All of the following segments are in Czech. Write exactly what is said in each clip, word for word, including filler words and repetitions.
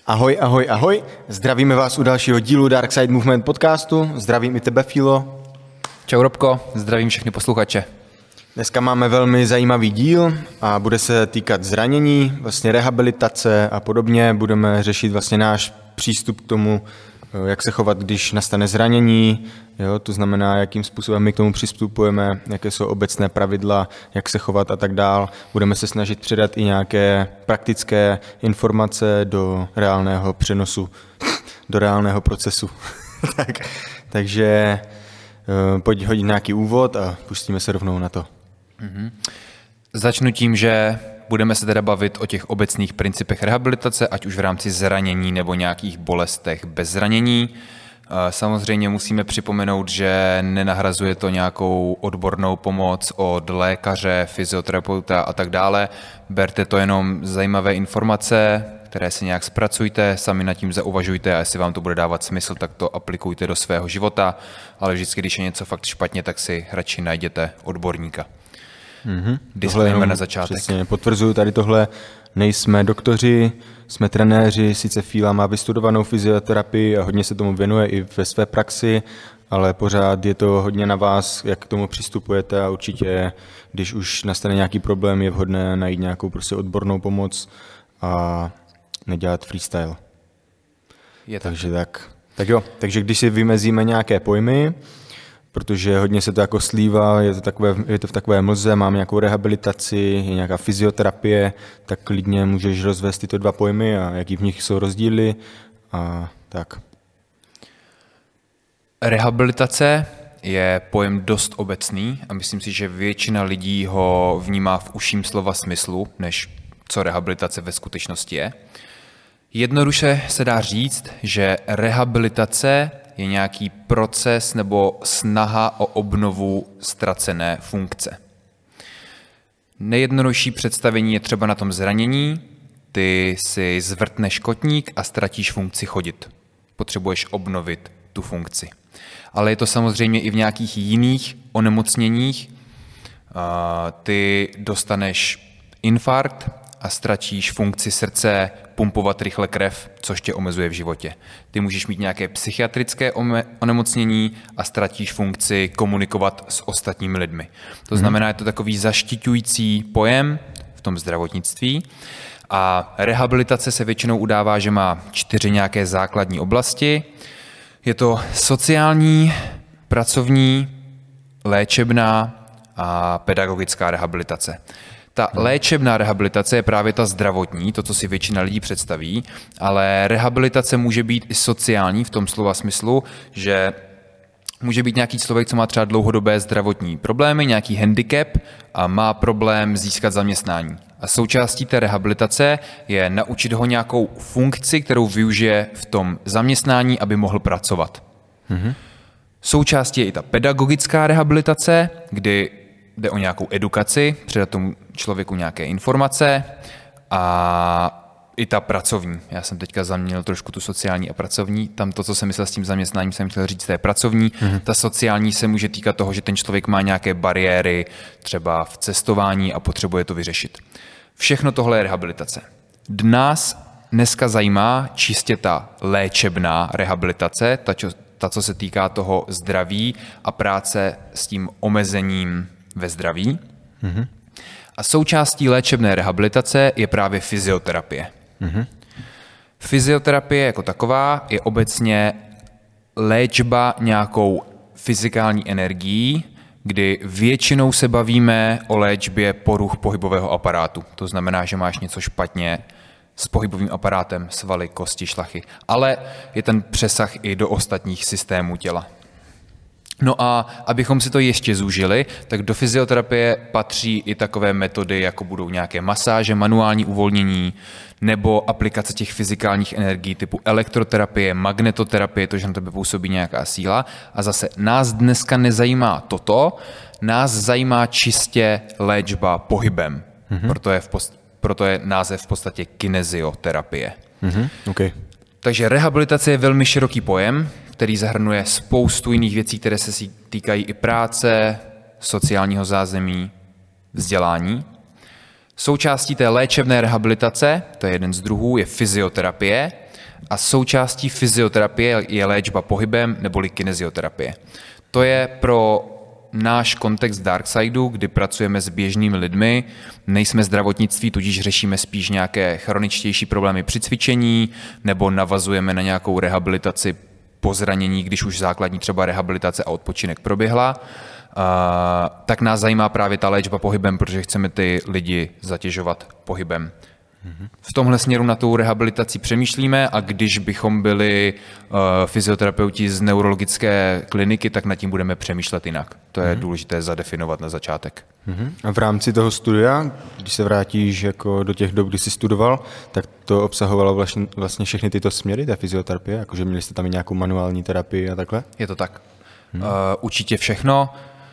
Ahoj, ahoj, ahoj. Zdravíme vás u dalšího dílu Dark Side Movement podcastu. Zdravím i tebe, Filo. Čau, Robko. Zdravím všechny posluchače. Dneska máme velmi zajímavý díl a bude se týkat zranění, vlastně rehabilitace a podobně. Budeme řešit vlastně náš přístup k tomu, jak se chovat, když nastane zranění, jo? To znamená, jakým způsobem my k tomu přistupujeme, jaké jsou obecné pravidla, jak se chovat a tak dál. Budeme se snažit předat i nějaké praktické informace do reálného přenosu, do reálného procesu. tak, takže uh, pojď hodit nějaký úvod a pustíme se rovnou na to. Mm-hmm. Začnu tím, že budeme se teda bavit o těch obecných principech rehabilitace, ať už v rámci zranění nebo nějakých bolestech bez zranění. Samozřejmě musíme připomenout, že nenahrazuje to nějakou odbornou pomoc od lékaře, fyzioterapeuta a tak dále. Berte to jenom zajímavé informace, které si nějak zpracujte, sami nad tím zauvažujte a jestli vám to bude dávat smysl, tak to aplikujte do svého života, ale vždycky, když je něco fakt špatně, tak si radši najděte odborníka. Mm-hmm. Disclaimer na začátek. Přesně, potvrzuju tady tohle, nejsme doktoři, jsme trenéři, sice Fíla má vystudovanou fyzioterapii a hodně se tomu věnuje i ve své praxi, ale pořád je to hodně na vás, jak k tomu přistupujete a určitě, když už nastane nějaký problém, je vhodné najít nějakou prostě odbornou pomoc a nedělat freestyle. Je tak. Takže tak. Tak jo, takže když si vymezíme nějaké pojmy, protože hodně se to jako slívá, je to, takové, je to v takové mlze, mám nějakou rehabilitaci, je nějaká fyzioterapie, tak klidně můžeš rozvést tyto dva pojmy a jaký v nich jsou rozdíly a tak. Rehabilitace je pojem dost obecný a myslím si, že většina lidí ho vnímá v užším slova smyslu, než co rehabilitace ve skutečnosti je. Jednoduše se dá říct, že rehabilitace je nějaký proces nebo snaha o obnovu ztracené funkce. Nejjednodušší představení je třeba na tom zranění. Ty si zvrtneš kotník a ztratíš funkci chodit. Potřebuješ obnovit tu funkci. Ale je to samozřejmě i v nějakých jiných onemocněních. Ty dostaneš infarkt a ztratíš funkci srdce pumpovat rychle krev, což tě omezuje v životě. Ty můžeš mít nějaké psychiatrické onemocnění a ztratíš funkci komunikovat s ostatními lidmi. To znamená, je to takový zaštiťující pojem v tom zdravotnictví a rehabilitace se většinou udává, že má čtyři nějaké základní oblasti. Je to sociální, pracovní, léčebná a pedagogická rehabilitace. Ta léčebná rehabilitace je právě ta zdravotní, to, co si většina lidí představí, ale rehabilitace může být i sociální v tom slova smyslu, že může být nějaký člověk, co má třeba dlouhodobé zdravotní problémy, nějaký handicap a má problém získat zaměstnání. A součástí té rehabilitace je naučit ho nějakou funkci, kterou využije v tom zaměstnání, aby mohl pracovat. Mm-hmm. Součástí je i ta pedagogická rehabilitace, kdy jde o nějakou edukaci, předat tomu člověku nějaké informace a i ta pracovní. Já jsem teďka zaměnil trošku tu sociální a pracovní. Tam to, co jsem myslel s tím zaměstnáním, jsem chtěl říct, to je pracovní. Mm-hmm. Ta sociální se může týkat toho, že ten člověk má nějaké bariéry, třeba v cestování a potřebuje to vyřešit. Všechno tohle je rehabilitace. Nás dneska zajímá čistě ta léčebná rehabilitace, ta, čo, ta co se týká toho zdraví a práce s tím omezením ve zdraví. Mm-hmm. A součástí léčebné rehabilitace je právě fyzioterapie. Mm-hmm. Fyzioterapie jako taková je obecně léčba nějakou fyzikální energií, kdy většinou se bavíme o léčbě poruch pohybového aparátu. To znamená, že máš něco špatně s pohybovým aparátem, svaly, kosti, šlachy. Ale je ten přesah i do ostatních systémů těla. No a abychom si to ještě zúžili, tak do fyzioterapie patří i takové metody, jako budou nějaké masáže, manuální uvolnění nebo aplikace těch fyzikálních energií typu elektroterapie, magnetoterapie, to, že na tebe působí nějaká síla. A zase nás dneska nezajímá toto, nás zajímá čistě léčba pohybem. Mm-hmm. Proto je, v post- proto je název v podstatě kinezioterapie. Mm-hmm. Okay. Takže rehabilitace je velmi široký pojem, který zahrnuje spoustu jiných věcí, které se týkají i práce, sociálního zázemí, vzdělání. Součástí té léčebné rehabilitace, to je jeden z druhů, je fyzioterapie. a součástí fyzioterapie je léčba pohybem neboli kinezioterapie. To je pro náš kontext Darksideu, kdy pracujeme s běžnými lidmi, nejsme zdravotnictví, tudíž řešíme spíš nějaké chroničtější problémy při cvičení nebo navazujeme na nějakou rehabilitaci po zranění, když už základní třeba rehabilitace a odpočinek proběhla, Uh, tak nás zajímá právě ta léčba pohybem, protože chceme ty lidi zatěžovat pohybem. Mm-hmm. V tomhle směru na tou rehabilitaci přemýšlíme a když bychom byli uh, fyzioterapeuti z neurologické kliniky, tak nad tím budeme přemýšlet jinak. To je mm-hmm. důležité zadefinovat na začátek. Mm-hmm. A v rámci toho studia, když se vrátíš jako do těch dob, kdy jsi studoval, tak to obsahovalo vlastně, vlastně všechny tyto směry té fyzioterapie? Jakože měli jste tam i nějakou manuální terapii a takhle? Je to tak. Mm-hmm. Uh, určitě všechno.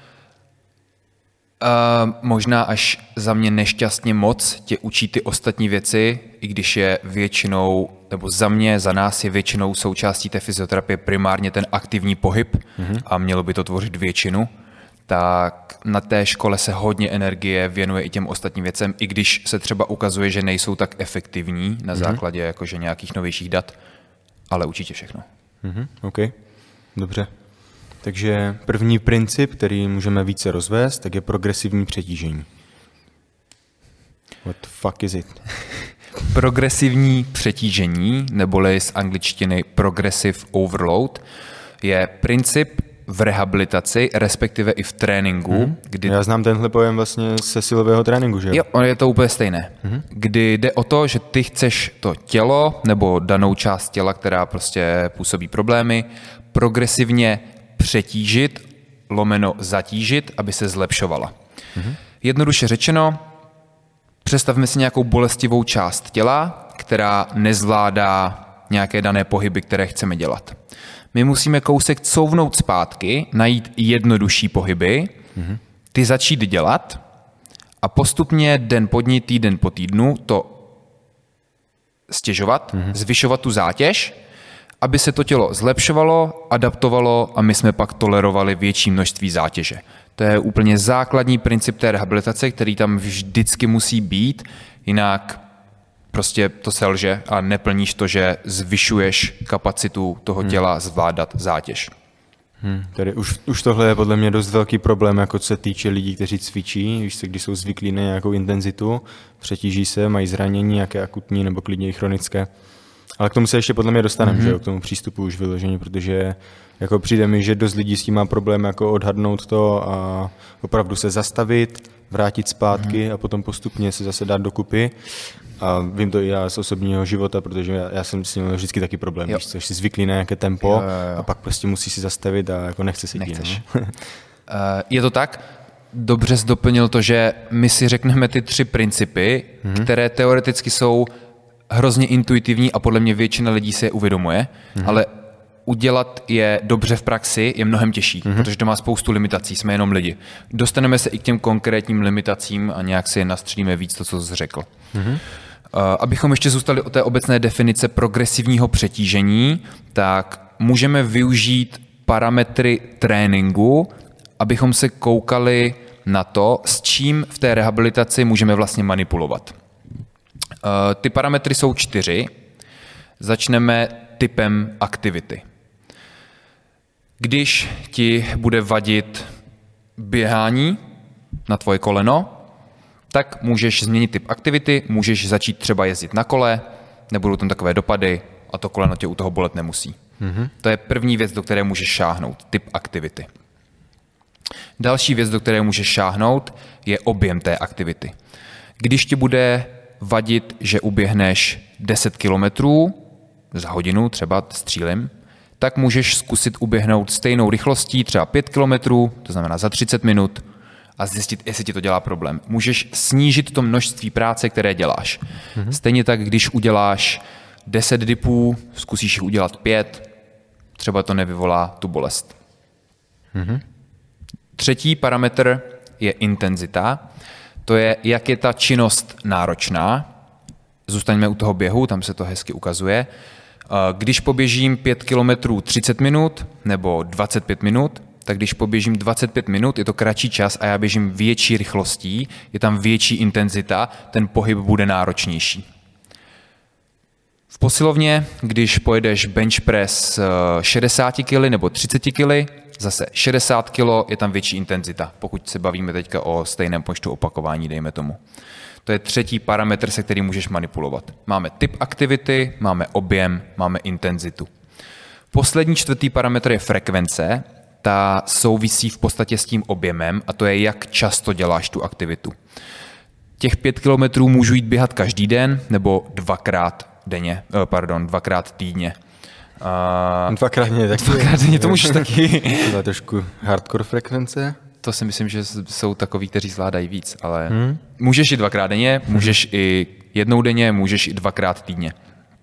Uh, možná až za mě nešťastně moc tě učí ty ostatní věci, i když je většinou, nebo za mě, za nás je většinou součástí té fyzioterapie primárně ten aktivní pohyb mm-hmm. a mělo by to tvořit většinu, tak na té škole se hodně energie věnuje i těm ostatním věcem, i když se třeba ukazuje, že nejsou tak efektivní na základě mm-hmm. jakože nějakých novějších dat, ale určitě všechno. Mm-hmm. OK, dobře. Takže první princip, který můžeme více rozvést, tak je progresivní přetížení. What the fuck is it? Progresivní přetížení, neboli z angličtiny progressive overload, je princip v rehabilitaci, respektive i v tréninku. Hmm. Kdy... Já znám tenhle pojem vlastně se silového tréninku, že jo? Jo, je to úplně stejné. Hmm. Kdy jde o to, že ty chceš to tělo nebo danou část těla, která prostě působí problémy, progresivně přetížit, lomeno zatížit, aby se zlepšovala. Mm-hmm. Jednoduše řečeno, představme si nějakou bolestivou část těla, která nezvládá nějaké dané pohyby, které chceme dělat. My musíme kousek couvnout zpátky, najít jednodušší pohyby, mm-hmm. ty začít dělat a postupně den po dní, týden po týdnu to stěžovat, mm-hmm. zvyšovat tu zátěž, aby se to tělo zlepšovalo, adaptovalo a my jsme pak tolerovali větší množství zátěže. To je úplně základní princip té rehabilitace, který tam vždycky musí být, jinak prostě to selže a neplníš to, že zvyšuješ kapacitu toho těla zvládat zátěž. Hmm, tady už, už tohle je podle mě dost velký problém, jako co se týče lidí, kteří cvičí, víš se, když jsou zvyklí na nějakou intenzitu, přetíží se, mají zranění, nějaké akutní nebo klidně i chronické. Ale k tomu se ještě podle mě dostaneme, mm-hmm. že jo, k tomu přístupu už vyloženě, protože jako přijde mi, že dost lidí s tím má problém jako odhadnout to a opravdu se zastavit, vrátit zpátky mm-hmm. a potom postupně se zase dát dokupy. A vím to i já z osobního života, protože já, já jsem s tím vždycky taky problém, jo. Víš co, jsi zvyklý na nějaké tempo jo, jo, jo. a pak prostě musíš si zastavit a jako nechce si tím. No? uh, je to tak? Dobře jsi doplnil to, že my si řekneme ty tři principy, mm-hmm. které teoreticky jsou hrozně intuitivní a podle mě většina lidí se je uvědomuje, mm-hmm. ale udělat je dobře v praxi je mnohem těžší, mm-hmm. protože to má spoustu limitací, jsme jenom lidi. Dostaneme se i k těm konkrétním limitacím a nějak si nastřílíme víc to, co jsi řekl. Mm-hmm. Uh, abychom ještě zůstali o té obecné definice progresivního přetížení, tak můžeme využít parametry tréninku, abychom se koukali na to, s čím v té rehabilitaci můžeme vlastně manipulovat. Uh, ty parametry jsou čtyři. Začneme typem aktivity. Když ti bude vadit běhání na tvoje koleno, tak můžeš změnit typ aktivity, můžeš začít třeba jezdit na kole, nebudou tam takové dopady a to koleno tě u toho bolet nemusí. Mm-hmm. To je první věc, do které můžeš šáhnout, typ aktivity. Další věc, do které můžeš šáhnout, je objem té aktivity. Když ti bude vadit, že uběhneš deset kilometrů za hodinu, třeba střílim, tak můžeš zkusit uběhnout stejnou rychlostí, třeba pět kilometrů, to znamená za třicet minut, a zjistit, jestli ti to dělá problém. Můžeš snížit to množství práce, které děláš. Mm-hmm. Stejně tak, když uděláš deset dipů, zkusíš jich udělat pět, třeba to nevyvolá tu bolest. Mm-hmm. Třetí parametr je intenzita. To je, jak je ta činnost náročná. Zůstaňme u toho běhu, tam se to hezky ukazuje. Když poběžím pět kilometrů třicet minut nebo dvacet pět minut, tak když poběžím dvacet pět minut, je to kratší čas a já běžím větší rychlostí, je tam větší intenzita, ten pohyb bude náročnější. V posilovně, když pojedeš bench press šedesát kilogramů nebo třicet kilogramů, zase šedesát kilogramů je tam větší intenzita, pokud se bavíme teďka o stejném počtu opakování, dejme tomu. To je třetí parametr, se kterým můžeš manipulovat. Máme typ aktivity, máme objem, máme intenzitu. Poslední čtvrtý parametr je frekvence, ta souvisí v podstatě s tím objemem a to je, jak často děláš tu aktivitu. Těch pět kilometrů můžu jít běhat každý den nebo dvakrát denně, pardon, dvakrát týdně. Uh, dvakrát denně taky. Dvakrát denně to můžeš taky. To je trošku hardcore frekvence. To si myslím, že jsou takoví, kteří zvládají víc, ale hmm. můžeš i dvakrát denně, můžeš hmm. i jednou denně, můžeš i dvakrát týdně.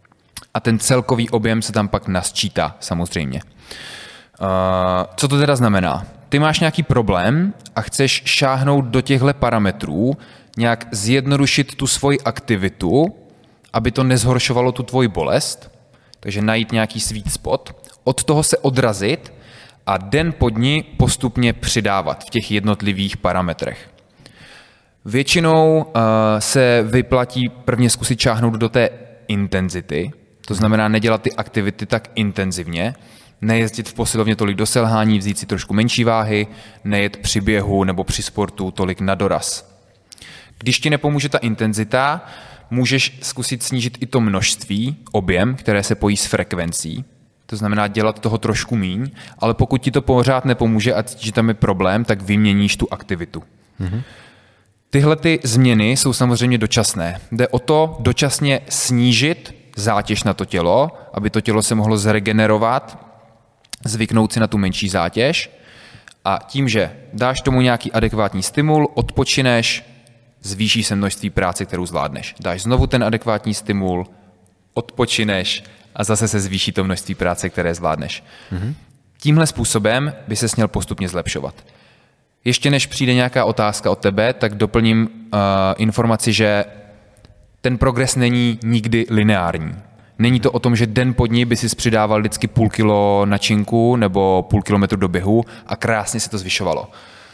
A ten celkový objem se tam pak nasčítá, samozřejmě. Uh, co to teda znamená? Ty máš nějaký problém a chceš šáhnout do těchto parametrů, nějak zjednodušit tu svoji aktivitu, aby to nezhoršovalo tu tvoji bolest, takže najít nějaký sweet spot, od toho se odrazit a den po dni postupně přidávat v těch jednotlivých parametrech. Většinou uh, se vyplatí prvně zkusit šáhnout do té intenzity, to znamená nedělat ty aktivity tak intenzivně, nejezdit v posilovně tolik do selhání, vzít si trošku menší váhy, nejet při běhu nebo při sportu tolik na doraz. Když ti nepomůže ta intenzita, můžeš zkusit snížit i to množství, objem, které se pojí s frekvencí, to znamená dělat toho trošku míň, ale pokud ti to pořád nepomůže a cítíš, že tam je problém, tak vyměníš tu aktivitu. Mm-hmm. Tyhle ty změny jsou samozřejmě dočasné. Jde o to dočasně snížit zátěž na to tělo, aby to tělo se mohlo zregenerovat, zvyknout si na tu menší zátěž a tím, že dáš tomu nějaký adekvátní stimul, odpočineš, zvýší se množství práce, kterou zvládneš. Dáš znovu ten adekvátní stimul, odpočineš a zase se zvýší to množství práce, které zvládneš. Mm-hmm. Tímhle způsobem by se měl postupně zlepšovat. Ještě než přijde nějaká otázka od tebe, tak doplním uh, informaci, že ten progres není nikdy lineární. Není to o tom, že den po dni by si přidával vždycky půl kilo na činku nebo půl kilometru do běhu a krásně se to zvyšovalo.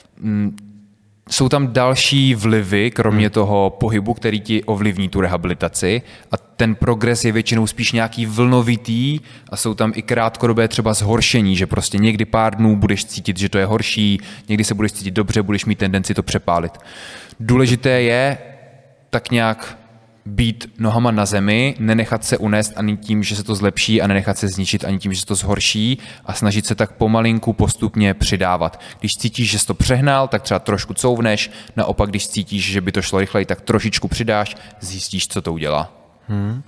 Jsou tam další vlivy, kromě hmm. toho pohybu, který ti ovlivní tu rehabilitaci a ten progres je většinou spíš nějaký vlnovitý a jsou tam i krátkodobé třeba zhoršení, že prostě někdy pár dnů budeš cítit, že to je horší, někdy se budeš cítit dobře, budeš mít tendenci to přepálit. Důležité je tak nějak být nohama na zemi, nenechat se unést ani tím, že se to zlepší a nenechat se zničit ani tím, že se to zhorší a snažit se tak pomalinku postupně přidávat. Když cítíš, že jsi to přehnal, tak třeba trošku couvneš, naopak když cítíš, že by to šlo rychleji, tak trošičku přidáš, zjistíš, co to udělá. Hmm.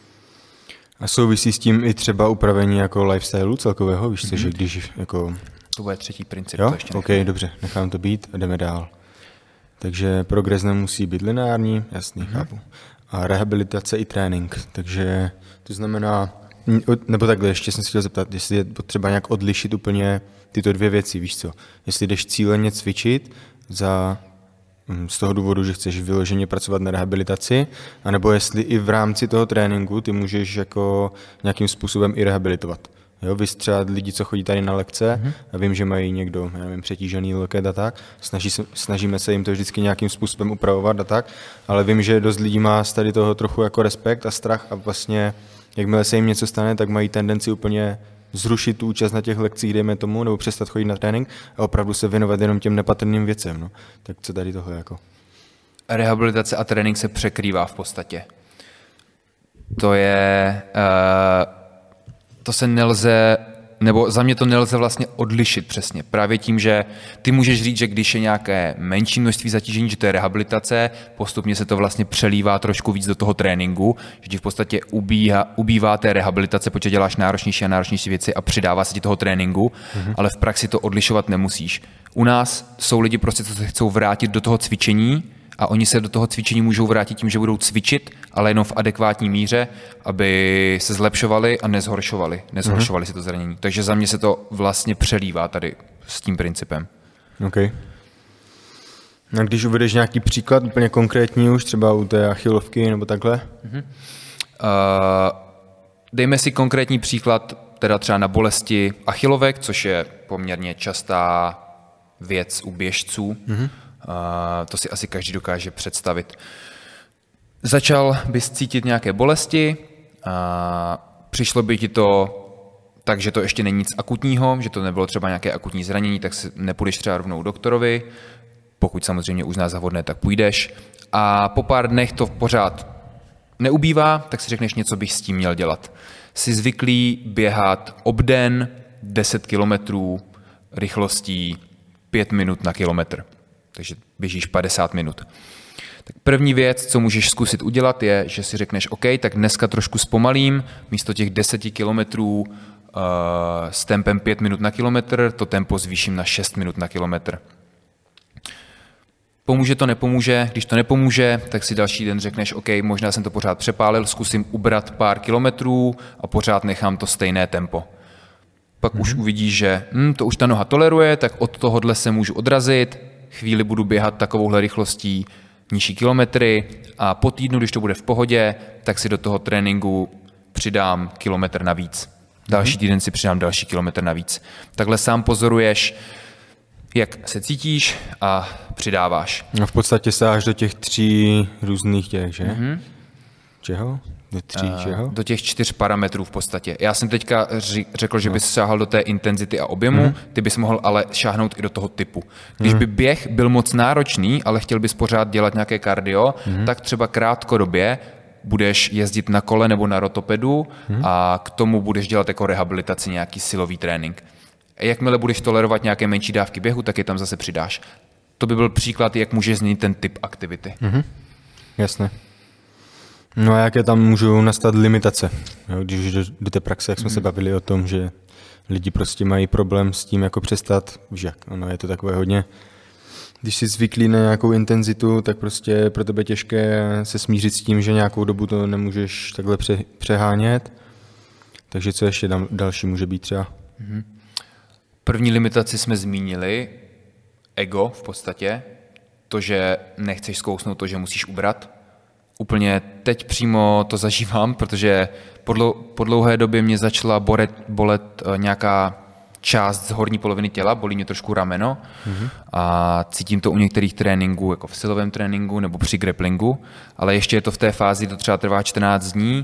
A souvisí s tím i třeba upravení jako lifestyleu celkového, víš co, hmm. že když jako... To bude třetí princip. Jo? To ještě OK, dobře, nechám to být a jdeme dál. Takže progres nemusí být lineární, jasný, hmm. chápu. A rehabilitace i trénink, takže to znamená, nebo takhle, ještě jsem si chtěl zeptat, jestli je potřeba nějak odlišit úplně tyto dvě věci, víš co, jestli jdeš cíleně cvičit za, z toho důvodu, že chceš vyloženě pracovat na rehabilitaci, anebo jestli i v rámci toho tréninku ty můžeš jako nějakým způsobem i rehabilitovat. Jo, vy třeba lidi, co chodí tady na lekce mm-hmm. a vím, že mají někdo, já nevím, přetížený loket a tak, snaží se, snažíme se jim to vždycky nějakým způsobem upravovat a tak, ale vím, že dost lidí má z tady toho trochu jako respekt a strach a vlastně, jakmile se jim něco stane, tak mají tendenci úplně zrušit tu účast na těch lekcích, dejme tomu, nebo přestat chodit na trénink a opravdu se věnovat jenom těm nepatrným věcem. No. Tak co tady tohle jako? Rehabilitace a trénink se překrývá v podstatě. To je... Uh... To se nelze, nebo za mě to nelze vlastně odlišit přesně. Právě tím, že ty můžeš říct, že když je nějaké menší množství zatížení, že to je rehabilitace, postupně se to vlastně přelívá trošku víc do toho tréninku, že ti v podstatě ubíhá, ubývá té rehabilitace, protože děláš náročnější a náročnější věci a přidává se ti toho tréninku, mm-hmm. ale v praxi to odlišovat nemusíš. U nás jsou lidi prostě, co se chcou vrátit do toho cvičení, a oni se do toho cvičení můžou vrátit tím, že budou cvičit, ale jenom v adekvátní míře, aby se zlepšovali a nezhoršovali. Nezhoršovali mm-hmm. si to zranění. Takže za mě se to vlastně přelívá tady s tím principem. OK. A když uvedeš nějaký příklad úplně konkrétní už, třeba u té achilovky nebo takhle? Mm-hmm. Uh, dejme si konkrétní příklad, teda třeba na bolesti achilovek, což je poměrně častá věc u běžců. Mm-hmm. Uh, to si asi každý dokáže představit. Začal bys cítit nějaké bolesti, A přišlo by ti to tak, že to ještě není nic akutního, že to nebylo třeba nějaké akutní zranění, tak si nepůjdeš třeba rovnou doktorovi, pokud samozřejmě uzná za vhodné, tak půjdeš. A po pár dnech to pořád neubývá, tak si řekneš, něco bych s tím měl dělat. Jsi zvyklý běhat obden deset kilometrů rychlostí pět minut na kilometr. Takže běžíš padesát minut. Tak první věc, co můžeš zkusit udělat, je, že si řekneš, OK, tak dneska trošku zpomalím, místo těch deseti kilometrů uh, s tempem pět minut na kilometr, to tempo zvýším na šest minut na kilometr. Pomůže to, nepomůže? Když to nepomůže, tak si další den řekneš, OK, možná jsem to pořád přepálil, zkusím ubrat pár kilometrů a pořád nechám to stejné tempo. Pak mm-hmm. už uvidíš, že hm, to už ta noha toleruje, tak od tohohle se můžu odrazit, chvíli budu běhat takovouhle rychlostí nižší kilometry a po týdnu, když to bude v pohodě, tak si do toho tréninku přidám kilometr navíc. Další mm-hmm. týden si přidám další kilometr navíc. Takhle sám pozoruješ, jak se cítíš a přidáváš. No v podstatě sáháš do těch tří různých těch, že? Mm-hmm. Čeho? Do tří uh, čeho? Do těch čtyř parametrů v podstatě. Já jsem teďka řekl, že no. bys sáhal do té intenzity a objemu, mm-hmm. ty bys mohl ale šáhnout i do toho typu. Když mm-hmm. by běh byl moc náročný, ale chtěl bys pořád dělat nějaké kardio, mm-hmm. tak třeba krátkodobě budeš jezdit na kole nebo na rotopedu mm-hmm. a k tomu budeš dělat jako rehabilitaci, nějaký silový trénink. Jakmile budeš tolerovat nějaké menší dávky běhu, tak je tam zase přidáš. To by byl příklad, jak můžeš změnit ten typ aktivity. Mm-hmm. Jasné. No a jaké tam můžou nastat limitace? Jo, když do, do té praxe, jak jsme mm. se bavili o tom, že lidi prostě mají problém s tím, jako přestat, víš jak, ono je to takové hodně, když jsi zvyklý na nějakou intenzitu, tak prostě je pro tebe těžké se smířit s tím, že nějakou dobu to nemůžeš takhle pře, přehánět. Takže co ještě tam další může být třeba? Mm. První limitaci jsme zmínili, ego v podstatě, to, že nechceš zkousnout to, že musíš ubrat. Úplně teď přímo to zažívám, protože po dlouhé době mě začala bolet, bolet nějaká část z horní poloviny těla, bolí mě trošku rameno mm-hmm. a cítím to u některých tréninků, jako v silovém tréninku nebo při grapplingu, ale ještě je to v té fázi, to třeba trvá čtrnáct dní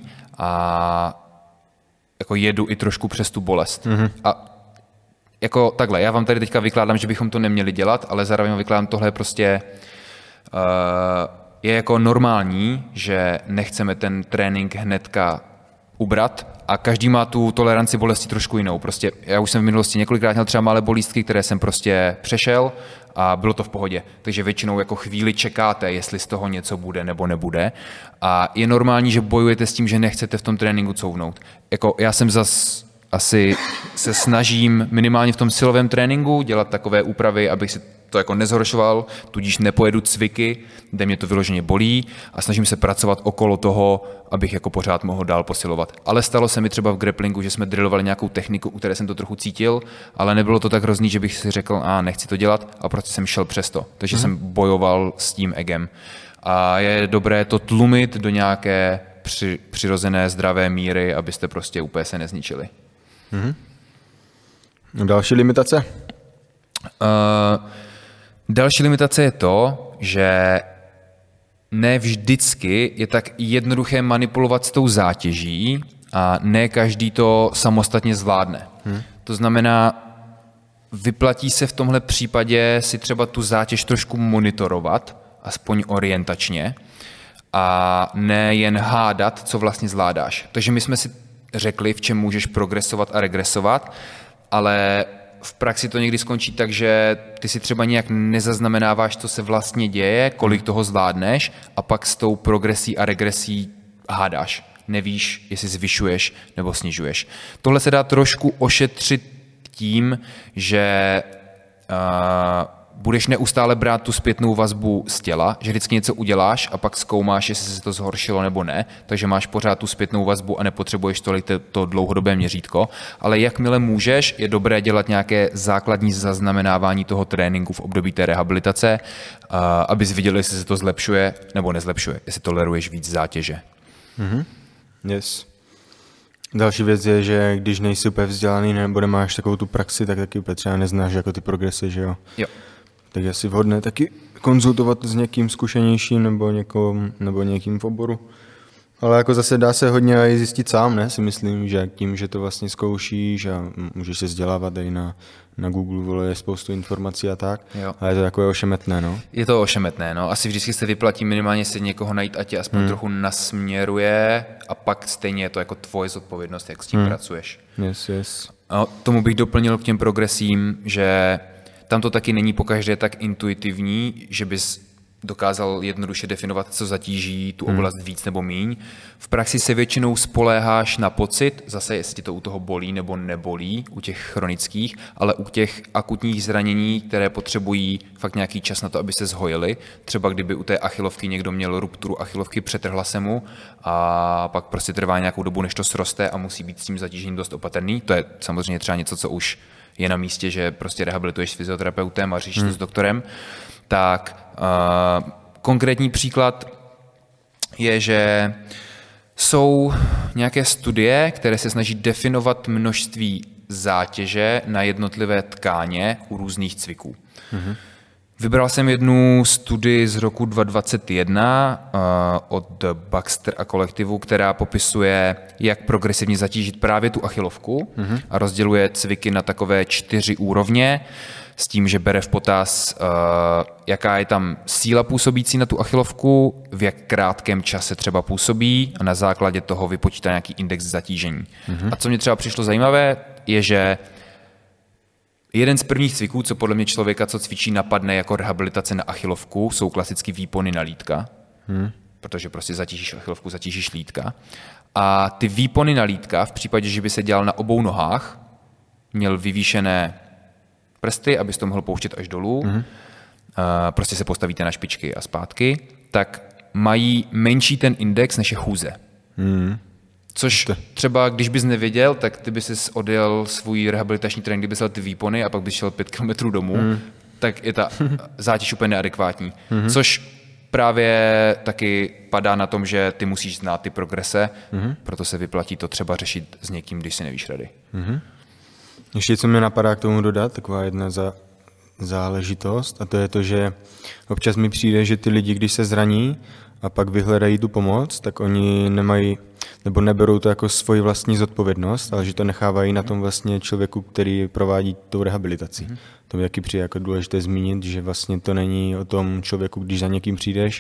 a jako jedu i trošku přes tu bolest. Mm-hmm. A jako takhle, já vám tady teďka vykládám, že bychom to neměli dělat, ale zároveň vám vykládám, tohle prostě uh, je jako normální, že nechceme ten trénink hnedka ubrat a každý má tu toleranci bolesti trošku jinou. Prostě já už jsem v minulosti několikrát měl třeba malé bolístky, které jsem prostě přešel a bylo to v pohodě. Takže většinou jako chvíli čekáte, jestli z toho něco bude nebo nebude. A je normální, že bojujete s tím, že nechcete v tom tréninku couvnout. Jako já jsem zas asi se snažím minimálně v tom silovém tréninku dělat takové úpravy, abych si to jako nezhoršoval, tudíž nepojedu cviky, kde mě to vyloženě bolí a snažím se pracovat okolo toho, abych jako pořád mohl dál posilovat. Ale stalo se mi třeba v grapplingu, že jsme drillovali nějakou techniku, u které jsem to trochu cítil, ale nebylo to tak hrozný, že bych si řekl, a nechci to dělat a prostě jsem šel přes to. Takže mm. jsem bojoval s tím egem. A je dobré to tlumit do nějaké při, přirozené zdravé míry, abyste prostě úplně se nezničili. Mm. Další limitace? Uh, Další limitace je to, že ne vždycky je tak jednoduché manipulovat s tou zátěží a ne každý to samostatně zvládne. Hmm. To znamená, vyplatí se v tomhle případě si třeba tu zátěž trošku monitorovat, aspoň orientačně, a ne jen hádat, co vlastně zvládáš. Takže my jsme si řekli, v čem můžeš progresovat a regresovat, ale v praxi to někdy skončí tak, že ty si třeba nějak nezaznamenáváš, co se vlastně děje, kolik toho zvládneš a pak s tou progresí a regresí hádáš. Nevíš, jestli zvyšuješ nebo snižuješ. Tohle se dá trošku ošetřit tím, že uh, budeš neustále brát tu zpětnou vazbu z těla, že vždycky něco uděláš a pak zkoumáš, jestli se to zhoršilo nebo ne, takže máš pořád tu zpětnou vazbu a nepotřebuješ tolik to, to dlouhodobé měřítko, ale jakmile můžeš, je dobré dělat nějaké základní zaznamenávání toho tréninku v období té rehabilitace, uh, abys viděl, jestli se to zlepšuje nebo nezlepšuje, jestli toleruješ víc zátěže. Mm-hmm. Yes. Další věc je, že když nejsi úplně vzdělaný nebo nemáš takovou tu praxi, tak taky úplně třeba neznáš jako ty progresy, že jo? Jo. Tak je asi vhodné taky konzultovat s někým zkušenějším nebo, někom, nebo někým v oboru, Ale jako zase dá se hodně i zjistit sám, ne? Si myslím, že tím, že to vlastně zkoušíš a můžeš se vzdělávat i na, na Google, vole, je spoustu informací a tak. Jo. Ale je to takové ošemetné, no. Je to ošemetné, no. Asi vždycky se vyplatí minimálně si někoho najít, ať tě aspoň hmm. trochu nasměruje a pak stejně je to jako tvoje zodpovědnost, jak s tím hmm. pracuješ. Yes, yes. A tomu bych doplnil k těm progresím, že tam to taky není pokaždé tak intuitivní, že bys dokázal jednoduše definovat, co zatíží tu oblast hmm. víc nebo míň. V praxi se většinou spoléháš na pocit, zase jestli to u toho bolí nebo nebolí, u těch chronických, ale u těch akutních zranění, které potřebují fakt nějaký čas na to, aby se zhojily. Třeba kdyby u té achilovky někdo měl rupturu achilovky, přetrhla se mu a pak prostě trvá nějakou dobu, než to sroste a musí být s tím zatížením dost opatrný. To je samozřejmě třeba něco, co už je na místě, že prostě rehabilituješ s fyzioterapeutem a řešíš hmm. to s doktorem. Tak uh, konkrétní příklad je, že jsou nějaké studie, které se snaží definovat množství zátěže na jednotlivé tkáně u různých cviků. Mm-hmm. Vybral jsem jednu studii z roku dva tisíce dvacet jedna uh, od Baxter a kolektivu, která popisuje, jak progresivně zatížit právě tu achilovku mm-hmm. a rozděluje cviky na takové čtyři úrovně, s tím, že bere v potaz, uh, jaká je tam síla působící na tu achilovku, v jak krátkém čase třeba působí a na základě toho vypočítá nějaký index zatížení. Mm-hmm. A co mě třeba přišlo zajímavé, je, že jeden z prvních cviků, co podle mě člověka, co cvičí, napadne jako rehabilitace na achilovku, jsou klasicky výpony na lítka, mm. protože prostě zatížíš achilovku, zatížíš lítka. A ty výpony na lítka, v případě, že by se dělal na obou nohách, měl vyvýšené prsty, abys to mohl pouštět až dolů, mm-hmm. prostě se postavíte na špičky a zpátky, tak mají menší ten index, než je chůze. Mm. Což třeba, když bys nevěděl, tak ty bys si odjel svůj rehabilitační trénink, kdyby jel ty výpony a pak bys šel pět kilometrů domů, mm. tak je ta zátěž úplně neadekvátní. Mm-hmm. Což právě taky padá na tom, že ty musíš znát ty progrese, mm-hmm. proto se vyplatí to třeba řešit s někým, když si nevíš rady. Mm-hmm. Ještě co mě napadá k tomu dodat, taková jedna za záležitost, a to je to, že občas mi přijde, že ty lidi, když se zraní a pak vyhledají tu pomoc, tak oni nemají, nebo neberou to jako svoji vlastní zodpovědnost, ale že to nechávají na tom vlastně člověku, který provádí tou rehabilitaci. Mm-hmm. To mi taky přijde jako důležité zmínit, že vlastně to není o tom člověku, když za někým přijdeš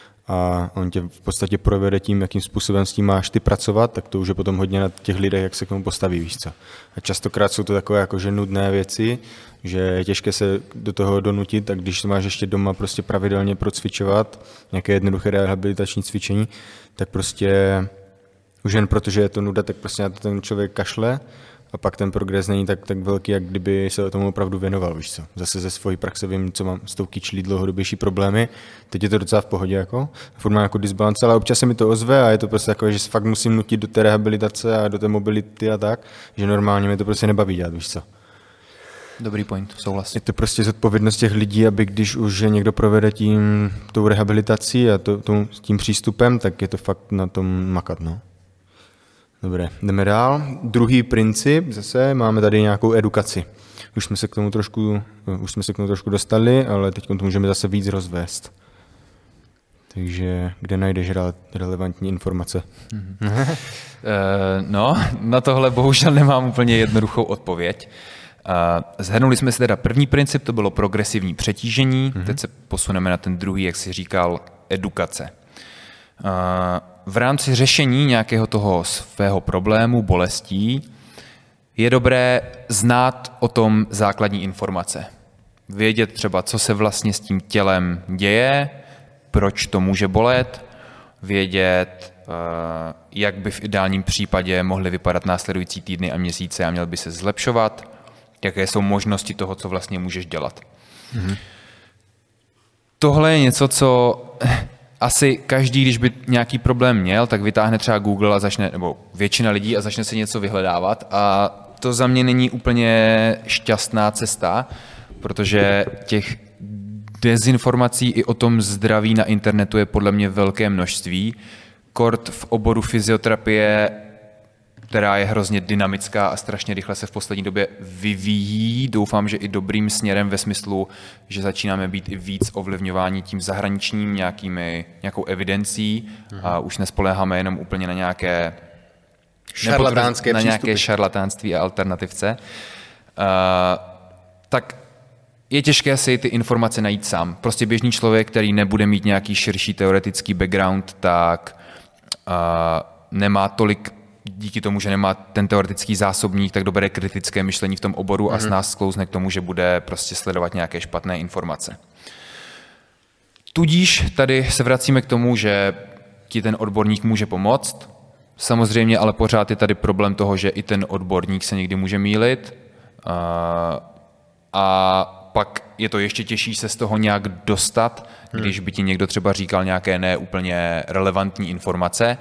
a on tě v podstatě provede tím, jakým způsobem s tím máš ty pracovat, tak to už je potom hodně na těch lidech, jak se k tomu postaví, víš co. A častokrát jsou to takové jakože nudné věci, že je těžké se do toho donutit, tak když máš ještě doma prostě pravidelně procvičovat nějaké jednoduché rehabilitační cvičení, tak prostě už jen protože je to nuda, tak prostě na to ten člověk kašle a pak ten progres není tak, tak velký, jak kdyby se tomu opravdu věnoval, víš co. Zase ze svojí praxe vím, co mám s tou kyčlí dlouhodobější problémy. Teď je to docela v pohodě, jako. Furt mám jako disbalance, ale občas se mi to ozve a je to prostě jako, že fakt musím nutit do té rehabilitace a do té mobility a tak, že normálně mě to prostě nebaví dělat, víš co. Dobrý point, souhlas. Je to prostě zodpovědnost těch lidí, aby když už je někdo provede tím, tou rehabilitací a to, to, tím přístupem, tak je to fakt na tom makat, no. Dobré, jdeme dál. Druhý princip, zase máme tady nějakou edukaci. Už jsme se k tomu trošku, už jsme se k tomu trošku dostali, ale teď to můžeme zase víc rozvést. Takže kde najdeš relevantní informace? Mm-hmm. uh, no, na tohle bohužel nemám úplně jednoduchou odpověď. Uh, zhrnuli jsme si teda první princip, to bylo progresivní přetížení, mm-hmm. teď se posuneme na ten druhý, jak jsi říkal, edukace. Uh, v rámci řešení nějakého toho svého problému, bolestí, je dobré znát o tom základní informace. Vědět třeba, co se vlastně s tím tělem děje, proč to může bolet, vědět, uh, jak by v ideálním případě mohly vypadat následující týdny a měsíce a měl by se zlepšovat, jaké jsou možnosti toho, co vlastně můžeš dělat. Mm-hmm. Tohle je něco, co asi každý, když by nějaký problém měl, tak vytáhne třeba Google a začne, nebo většina lidí a začne si něco vyhledávat a to za mě není úplně šťastná cesta, protože těch dezinformací i o tom zdraví na internetu je podle mě velké množství. Kort v oboru fyzioterapie která je hrozně dynamická a strašně rychle se v poslední době vyvíjí. Doufám, že i dobrým směrem ve smyslu, že začínáme být i víc ovlivňováni tím zahraničním nějakými, nějakou evidencí mm. a už nespoléháme jenom úplně na nějaké šarlatánské na přístupy. nějaké šarlatánství a alternativce. Uh, tak je těžké si ty informace najít sám. Prostě běžný člověk, který nebude mít nějaký širší teoretický background, tak uh, nemá tolik, díky tomu, že nemá ten teoretický zásobník, tak dobré kritické myšlení v tom oboru mm-hmm. a s nás sklouzne k tomu, že bude prostě sledovat nějaké špatné informace. Tudíž tady se vracíme k tomu, že ti ten odborník může pomoct. Samozřejmě, ale pořád je tady problém toho, že i ten odborník se někdy může mýlit. A, a pak je to ještě těžší se z toho nějak dostat, když by ti někdo třeba říkal nějaké neúplně relevantní informace.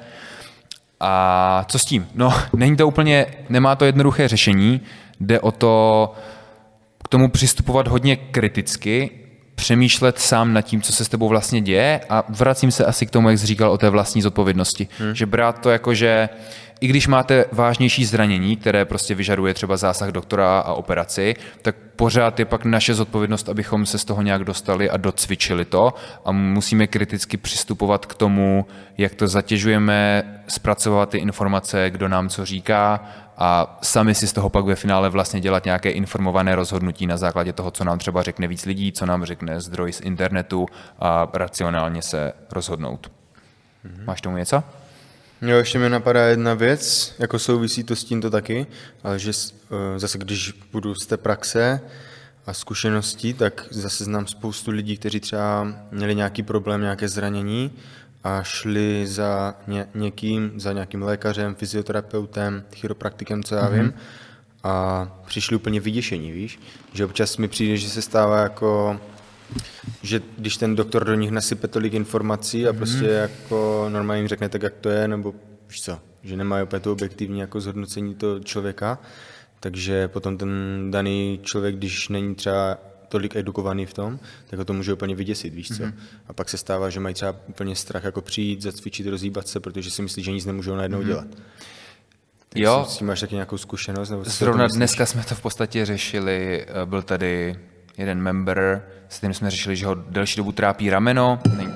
A co s tím? No, není to úplně, nemá to jednoduché řešení, jde o to k tomu přistupovat hodně kriticky, přemýšlet sám nad tím, co se s tebou vlastně děje a vracím se asi k tomu, jak jsi říkal o té vlastní zodpovědnosti. Hmm. Že brát to jako, že i když máte vážnější zranění, které prostě vyžaduje třeba zásah doktora a operaci, tak pořád je pak naše zodpovědnost, abychom se z toho nějak dostali a docvičili to a musíme kriticky přistupovat k tomu, jak to zatěžujeme, zpracovat ty informace, kdo nám co říká a sami si z toho pak ve finále vlastně dělat nějaké informované rozhodnutí na základě toho, co nám třeba řekne víc lidí, co nám řekne zdroj z internetu a racionálně se rozhodnout. Mm-hmm. Máš tomu něco? Jo, ještě mi napadá jedna věc, jako souvisí to s tímto taky, ale že zase když budu z té praxe a zkušeností, tak zase znám spoustu lidí, kteří třeba měli nějaký problém, nějaké zranění a šli za ně, někým, za nějakým lékařem, fyzioterapeutem, chiropraktikem, co já vím, mm-hmm. a přišli úplně vyděšení, víš, že občas mi přijde, že se stává jako, že když ten doktor do nich nasype tolik informací a prostě mm. jako normálně jim řekne tak, jak to je, nebo víš co, že nemají opět to objektivní jako zhodnocení toho člověka, takže potom ten daný člověk, když není třeba tolik edukovaný v tom, tak ho to může úplně vyděsit, víš co. Mm. A pak se stává, že mají třeba úplně strach jako přijít, zacvičit, rozhýbat se, protože si myslí, že nic nemůžou najednou mm. dělat. Tak jo. S tím máš taky nějakou zkušenost? Nebo zrovna dneska jsme to v podstatě řešili, byl tady jeden member, s kterým jsme řešili, že ho delší dobu trápí rameno. Není,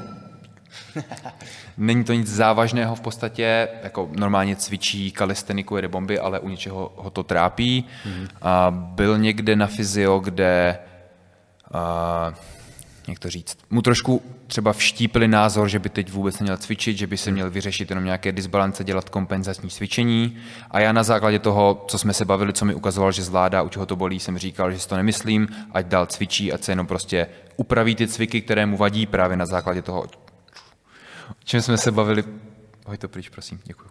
Není to nic závažného v podstatě, jako normálně cvičí kalisteniku, jede bomby, ale u něčeho ho to trápí. Mm-hmm. A byl někde na fyzio, kde, a, jak to říct, mu trošku třeba vštípili názor, že by teď vůbec neměl cvičit, že by se měl vyřešit jenom nějaké disbalance, dělat kompenzační cvičení. A já na základě toho, co jsme se bavili, co mi ukazoval, že zvládá, u čeho to bolí, jsem říkal, že si to nemyslím, ať dál cvičí, ať se jenom prostě upraví ty cviky, které mu vadí právě na základě toho, o čem jsme se bavili. Hoď to pryč, prosím, děkuju.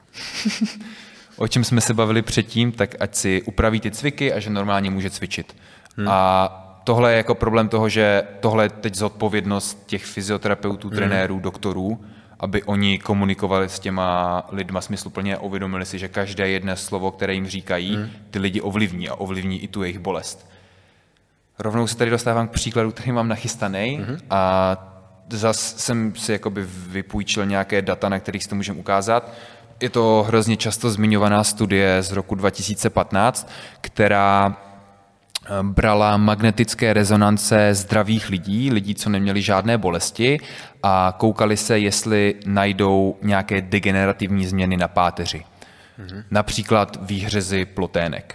O čem jsme se bavili předtím, tak ať si upraví ty cviky a že normálně může cvičit. Hmm. A tohle je jako problém toho, že tohle je teď zodpovědnost těch fyzioterapeutů, hmm. trenérů, doktorů, aby oni komunikovali s těma lidma smysluplně a uvědomili si, že každé jedné slovo, které jim říkají, hmm. ty lidi ovlivní a ovlivní i tu jejich bolest. Rovnou se tady dostávám k příkladu, který mám nachystaný hmm. a zas jsem si jakoby vypůjčil nějaké data, na kterých si to můžeme ukázat. Je to hrozně často zmiňovaná studie z roku dva tisíce patnáct, která brala magnetické rezonance zdravých lidí, lidí, co neměli žádné bolesti a koukali se, jestli najdou nějaké degenerativní změny na páteři. Mhm. Například výhřezy plotének.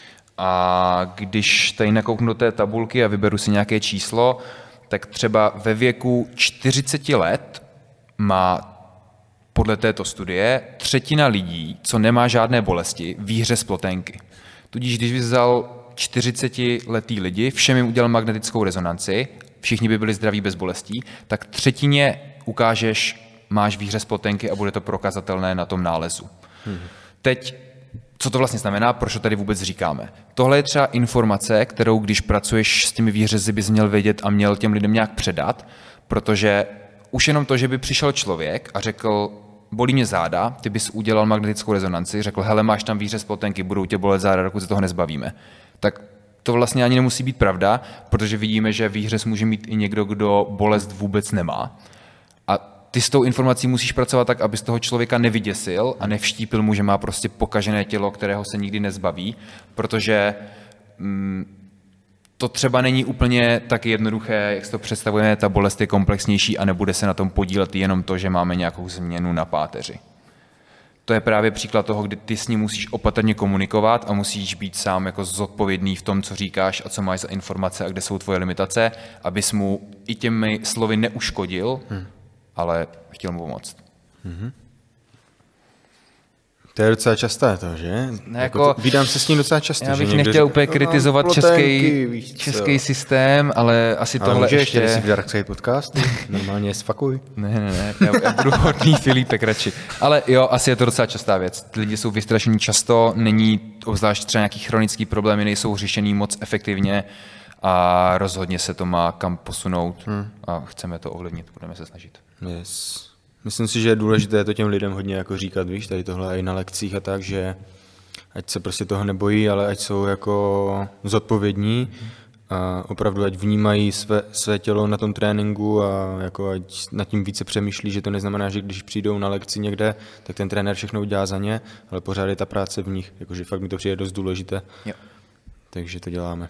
A když tady nakouknu do té tabulky a vyberu si nějaké číslo, tak třeba ve věku čtyřicet let má podle této studie třetina lidí, co nemá žádné bolesti, výhřez ploténky. Tudíž když vzal čtyřicetiletý lidi, všem jim udělal magnetickou rezonanci, všichni by byli zdraví bez bolestí, tak třetině ukážeš, máš výhřez ploténky a bude to prokazatelné na tom nálezu. Hmm. Teď, co to vlastně znamená, proč to tady vůbec říkáme? Tohle je třeba informace, kterou když pracuješ s těmi výhřezy, bys měl vědět a měl těm lidem nějak předat, protože už jenom to, že by přišel člověk a řekl, bolí mě záda, ty bys udělal magnetickou rezonanci, řekl, hele, máš tam výhřez ploténky, budou tě bolet záda, dokud se toho nezbavíme. Tak to vlastně ani nemusí být pravda, protože vidíme, že výhřez může mít i někdo, kdo bolest vůbec nemá. A ty s tou informací musíš pracovat tak, aby z toho člověka nevyděsil a nevštípil mu, že má prostě pokažené tělo, kterého se nikdy nezbaví, protože mm, to třeba není úplně tak jednoduché, jak si to představujeme, ta bolest je komplexnější a nebude se na tom podílet jenom to, že máme nějakou změnu na páteři. To je právě příklad toho, kdy ty s ním musíš opatrně komunikovat a musíš být sám jako zodpovědný v tom, co říkáš a co máš za informace a kde jsou tvoje limitace, abys mu i těmi slovy neuškodil, hmm. ale chtěl mu pomoct. Hmm. To je docela časté to, že? No jako, vídám se s ním docela často. Já bych že nechtěl říká, úplně kritizovat no, český, český systém, ale asi ale tohle můžeš, ještě... Ale můžeš, v Darkside podcastu, normálně je sfakuj. Ne, ne, ne, já, já budu hodný Filipek radši. Ale jo, asi je to docela častá věc. Ty lidi jsou vystrašení často, není, obzvlášť třeba nějaký chronický problémy, nejsou řešený moc efektivně a rozhodně se to má kam posunout hmm. a chceme to ovlivnit, budeme se snažit. Yes. Myslím si, že je důležité to těm lidem hodně jako říkat, víš, tady tohle i na lekcích a tak, že ať se prostě toho nebojí, ale ať jsou jako zodpovědní a opravdu ať vnímají své, své tělo na tom tréninku a jako ať nad tím více přemýšlí, že to neznamená, že když přijdou na lekci někde, tak ten trenér všechno udělá za ně, ale pořád je ta práce v nich, jakože fakt mi to přijde dost důležité, jo. Takže to děláme.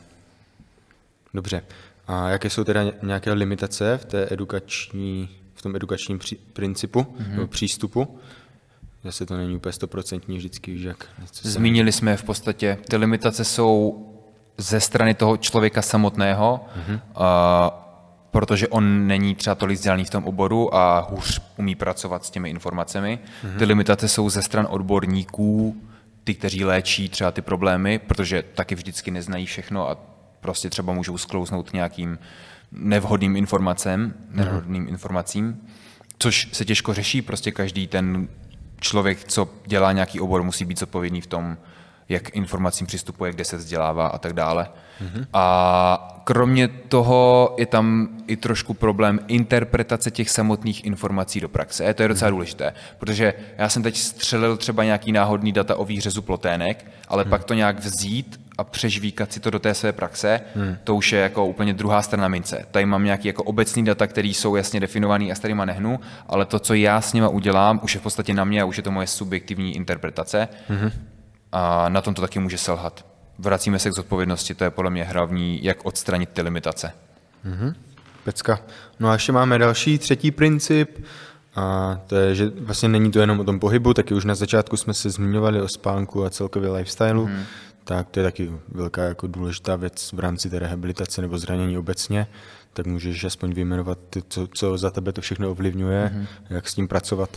Dobře. A jaké jsou teda nějaké limitace v té edukační v tom edukačním při, principu mm-hmm. nebo přístupu. Zase to není úplně stoprocentní vždycky, že jak... Zmínili jsme v podstatě, ty limitace jsou ze strany toho člověka samotného, mm-hmm. a, protože on není třeba tolik vzdělaný v tom oboru a hůř umí pracovat s těmi informacemi. Mm-hmm. Ty limitace jsou ze stran odborníků, ty, kteří léčí třeba ty problémy, protože taky vždycky neznají všechno a prostě třeba můžou sklouznout nějakým nevhodným informacím, nevhodným informacím, což se těžko řeší, prostě každý ten člověk, co dělá nějaký obor, musí být zodpovědný v tom, jak informacím přistupuje, kde se vzdělává a tak dále. Mm-hmm. A kromě toho je tam i trošku problém interpretace těch samotných informací do praxe. To je docela mm-hmm. důležité, protože já jsem teď střelil třeba nějaký náhodný data o výřezu plotének, ale mm-hmm. pak to nějak vzít a přežvíkat si to do té své praxe, hmm. to už je jako úplně druhá strana mince. Tady mám nějaké jako obecný data, které jsou jasně definované a s kterýma nehnu, ale to, co já s nima udělám, už je v podstatě na mě a už je to moje subjektivní interpretace hmm. a na tom to taky může selhat. Vracíme se k zodpovědnosti, to je podle mě hlavní, jak odstranit ty limitace. Hmm. Pecka. No a ještě máme další, třetí princip, a to je, že vlastně není to jenom o tom pohybu, taky už na začátku jsme se zmiňovali o spánku a celkově lifestylu, hmm. tak to je taky velká jako důležitá věc v rámci té rehabilitace nebo zranění obecně, tak můžeš aspoň vyjmenovat, ty, co, co za tebe to všechno ovlivňuje, mm-hmm. jak s tím pracovat.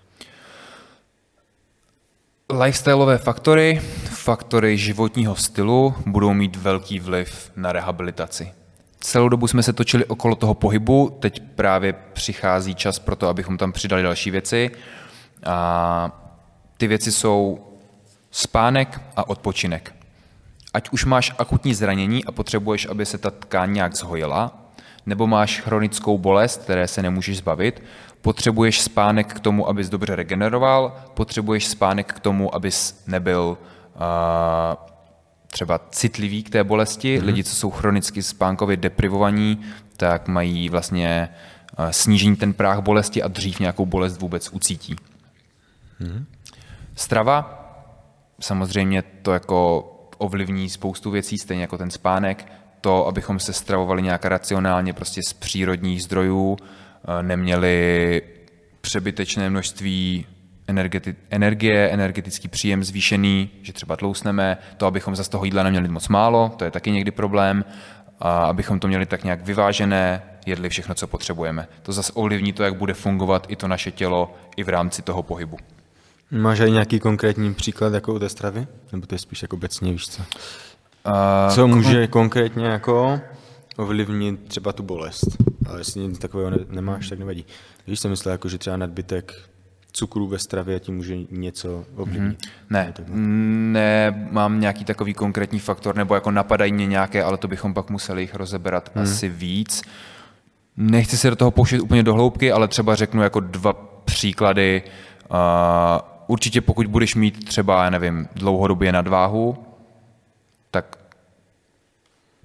Lifestyleové faktory, faktory životního stylu budou mít velký vliv na rehabilitaci. Celou dobu jsme se točili okolo toho pohybu, teď právě přichází čas pro to, abychom tam přidali další věci. A ty věci jsou spánek a odpočinek. Ať už máš akutní zranění a potřebuješ, aby se ta tkáň nějak zhojila, nebo máš chronickou bolest, které se nemůžeš zbavit, potřebuješ spánek k tomu, abys dobře regeneroval, potřebuješ spánek k tomu, abys nebyl uh, třeba citlivý k té bolesti. Mm-hmm. Lidi, co jsou chronicky spánkově deprivovaní, tak mají vlastně uh, snížení ten práh bolesti a dřív nějakou bolest vůbec ucítí. Mm-hmm. Strava, samozřejmě to jako ovlivní spoustu věcí, stejně jako ten spánek, to, abychom se stravovali nějak racionálně prostě z přírodních zdrojů, neměli přebytečné množství energeti- energie, energetický příjem zvýšený, že třeba tlousneme, to, abychom za z toho jídla neměli moc málo, to je taky někdy problém, a abychom to měli tak nějak vyvážené, jedli všechno, co potřebujeme. To zase ovlivní to, jak bude fungovat i to naše tělo i v rámci toho pohybu. Máš aj nějaký konkrétní příklad jako u té stravy? Nebo to je spíš jako obecně, víš co? Uh, co může konkrétně jako ovlivnit třeba tu bolest? Ale jestli nic takového ne- nemáš, tak nevadí. Víš, jsem myslel, jako, že třeba nadbytek cukru ve stravě ti může něco ovlivnit? Mm-hmm. Ne, ne, mám nějaký takový konkrétní faktor, nebo jako napadají mě nějaké, ale to bychom pak museli jich rozeberat mm. asi víc. Nechci se do toho pouštět úplně do hloubky, ale třeba řeknu jako dva příklady. Uh, určitě pokud budeš mít třeba, já nevím, dlouhodobě nadváhu, tak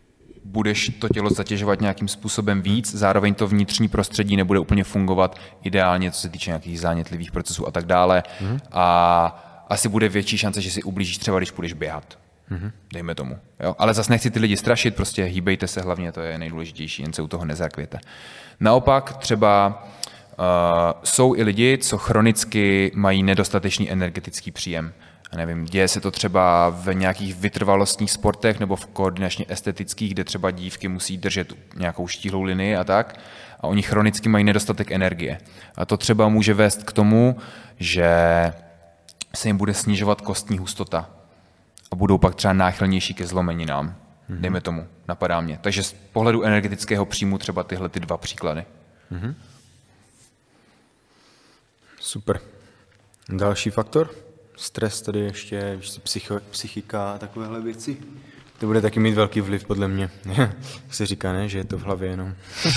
budeš to tělo zatěžovat nějakým způsobem víc, zároveň to vnitřní prostředí nebude úplně fungovat ideálně, co se týče nějakých zánětlivých procesů a tak dále. Mm. A asi bude větší šance, že si ublížíš třeba, když půjdeš běhat. Mm. Dejme tomu. Jo? Ale zase nechci ty lidi strašit, prostě hýbejte se hlavně, to je nejdůležitější, jen se u toho nezakvěte. Naopak třeba uh, jsou i lidi, co chronicky mají nedostatečný energetický příjem. A nevím, děje se to třeba v nějakých vytrvalostních sportech nebo v koordinačně estetických, kde třeba dívky musí držet nějakou štíhlou linii a tak. A oni chronicky mají nedostatek energie. A to třeba může vést k tomu, že se jim bude snižovat kostní hustota. A budou pak třeba náchylnější ke zlomeninám. Mm-hmm. Dejme tomu, napadá mě. Takže z pohledu energetického příjmu třeba tyhle ty dva příklady. Mm-hmm. Super. Další faktor? Stres tady ještě, víš co, psycho, psychika a takovéhle věci. To bude taky mít velký vliv, podle mě. Jak se říká, ne, že je to v hlavě jenom.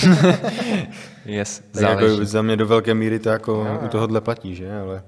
Yes, tak jako za mě do velké míry to jako no. u tohohle platí, že? Ale...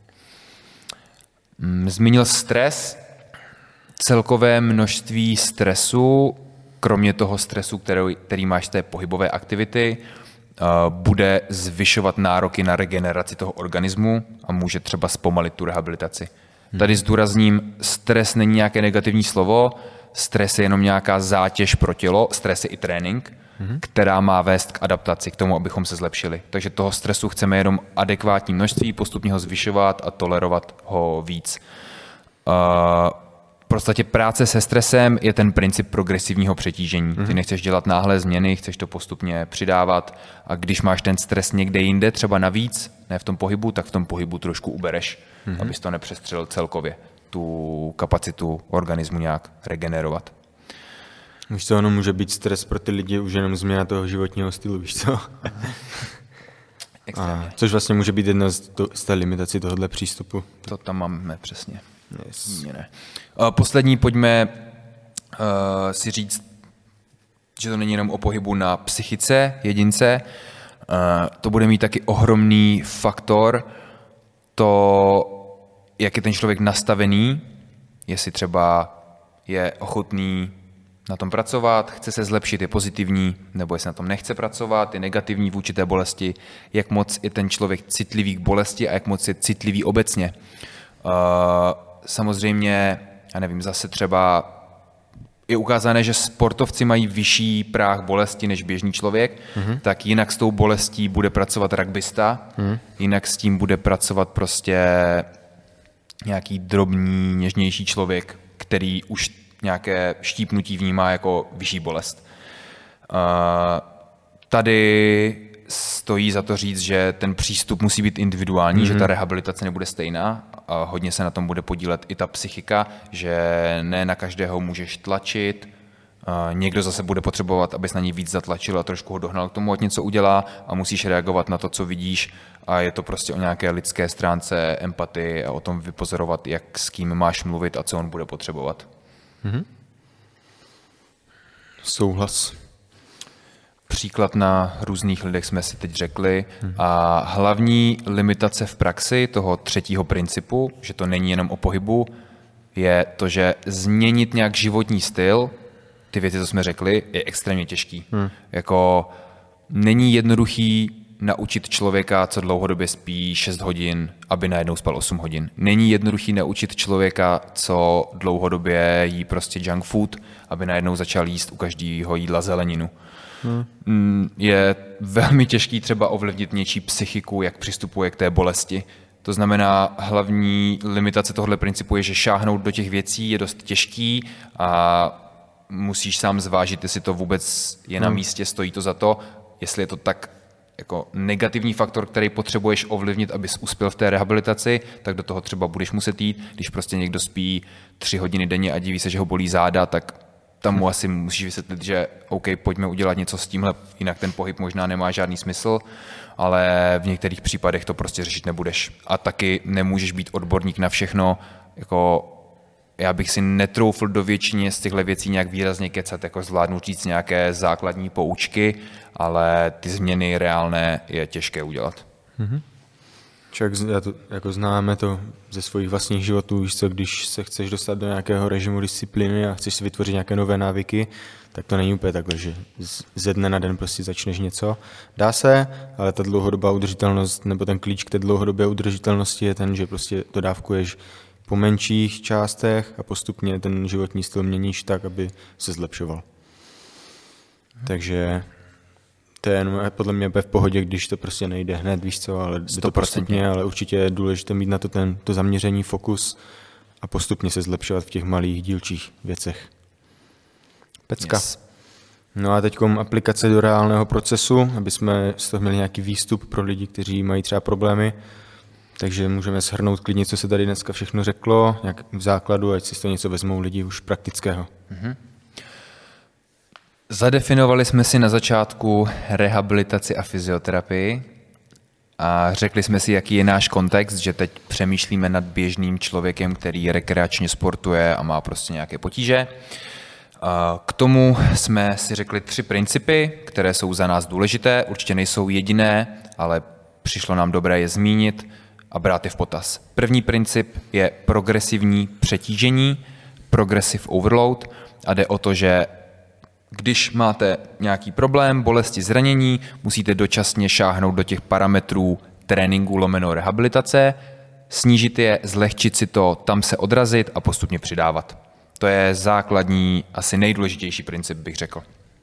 Zmínil stres, celkové množství stresu, kromě toho stresu, který, který máš z té pohybové aktivity, bude zvyšovat nároky na regeneraci toho organismu a může třeba zpomalit tu rehabilitaci. Hmm. Tady zdůrazním, stres není nějaké negativní slovo, stres je jenom nějaká zátěž pro tělo, stres je i trénink, hmm. která má vést k adaptaci, k tomu, abychom se zlepšili. Takže toho stresu chceme jenom adekvátní množství, postupně ho zvyšovat a tolerovat ho víc. Uh, V podstatě práce se stresem je ten princip progresivního přetížení. Ty nechceš dělat náhlé změny, chceš to postupně přidávat a když máš ten stres někde jinde, třeba navíc, ne v tom pohybu, tak v tom pohybu trošku ubereš, mm-hmm. abys to nepřestřelil celkově, tu kapacitu organismu nějak regenerovat. Víš co, ono může být stres pro ty lidi už jenom změna toho životního stylu, víš co? A, což vlastně může být jedna z, to, z té limitací tohohle přístupu. To tam máme přesně. Yes. Ne. Poslední, pojďme uh, si říct, že to není jenom o pohybu na psychice jedince, uh, to bude mít taky ohromný faktor, to, jak je ten člověk nastavený, jestli třeba je ochotný na tom pracovat, chce se zlepšit, je pozitivní, nebo jestli na tom nechce pracovat, je negativní vůči té bolesti, jak moc je ten člověk citlivý k bolesti a jak moc je citlivý obecně. Uh, Samozřejmě, já nevím, zase třeba je ukázané, že sportovci mají vyšší práh bolesti než běžný člověk, mm-hmm. tak jinak s tou bolestí bude pracovat rugbysta, mm. jinak s tím bude pracovat prostě nějaký drobný, něžnější člověk, který už nějaké štípnutí vnímá jako vyšší bolest. Uh, tady stojí za to říct, že ten přístup musí být individuální, mm-hmm. že ta rehabilitace nebude stejná. A hodně se na tom bude podílet i ta psychika, že ne na každého můžeš tlačit, někdo zase bude potřebovat, abys na něj víc zatlačil a trošku ho dohnal k tomu, ať něco udělá a musíš reagovat na to, co vidíš a je to prostě o nějaké lidské stránce empatii a o tom vypozorovat, jak s kým máš mluvit a co on bude potřebovat. Mhm. Souhlas. Příklad na různých lidech jsme si teď řekli. A hlavní limitace v praxi toho třetího principu, že to není jenom o pohybu, je to, že změnit nějak životní styl, ty věci, co jsme řekli, je extrémně těžký. Hmm. Jako není jednoduchý naučit člověka, co dlouhodobě spí šest hodin, aby najednou spal osm hodin. Není jednoduchý naučit člověka, co dlouhodobě jí prostě junk food, aby najednou začal jíst u každého jídla zeleninu. Hmm. Je velmi těžký třeba ovlivnit něčí psychiku, jak přistupuje k té bolesti. To znamená, hlavní limitace tohoto principu je, že šáhnout do těch věcí je dost těžký a musíš sám zvážit, jestli to vůbec je na místě, stojí to za to, jestli je to tak jako negativní faktor, který potřebuješ ovlivnit, abys uspěl v té rehabilitaci, tak do toho třeba budeš muset jít. Když prostě někdo spí tři hodiny denně a diví se, že ho bolí záda, tak tam mu asi musíš vysvětlit, že OK, pojďme udělat něco s tímhle, jinak ten pohyb možná nemá žádný smysl, ale v některých případech to prostě řešit nebudeš. A taky nemůžeš být odborník na všechno, jako já bych si netroufl do většině z těchto věcí nějak výrazně kecat, jako zvládnout říct nějaké základní poučky, ale ty změny reálné je těžké udělat. Mm-hmm. Člověk, já to, jako známe to ze svých vlastních životů, víš co, když se chceš dostat do nějakého režimu disciplíny a chceš si vytvořit nějaké nové návyky, tak to není úplně takhle, že ze dne na den prostě začneš něco. Dá se, ale ta dlouhodobá udržitelnost, nebo ten klíč k té dlouhodobé udržitelnosti je ten, že prostě to dávkuješ po menších částech a postupně ten životní styl měníš tak, aby se zlepšoval. Hmm. Takže to je jenom podle mě v pohodě, když to prostě nejde hned, víš co, ale jde to postupně, ale určitě je důležité mít na to ten, to zaměření, fokus a postupně se zlepšovat v těch malých dílčích věcech. Pecka. Yes. No a teď aplikace do reálného procesu, aby jsme z toho měli nějaký výstup pro lidi, kteří mají třeba problémy. Takže můžeme shrnout klidně, co se tady dneska všechno řeklo, jak v základu, ať si z toho něco vezmou lidi už praktického. Mm-hmm. Zadefinovali jsme si na začátku rehabilitaci a fyzioterapii a řekli jsme si, jaký je náš kontext, že teď přemýšlíme nad běžným člověkem, který rekreačně sportuje a má prostě nějaké potíže. K tomu jsme si řekli tři principy, které jsou za nás důležité, určitě nejsou jediné, ale přišlo nám dobré je zmínit a brát je v potaz. První princip je progresivní přetížení, progressive overload a jde o to, že když máte nějaký problém, bolesti, zranění, musíte dočasně šáhnout do těch parametrů tréninku lomeno rehabilitace, snížit je, zlehčit si to, tam se odrazit a postupně přidávat. To je základní, asi nejdůležitější princip, bych řekl.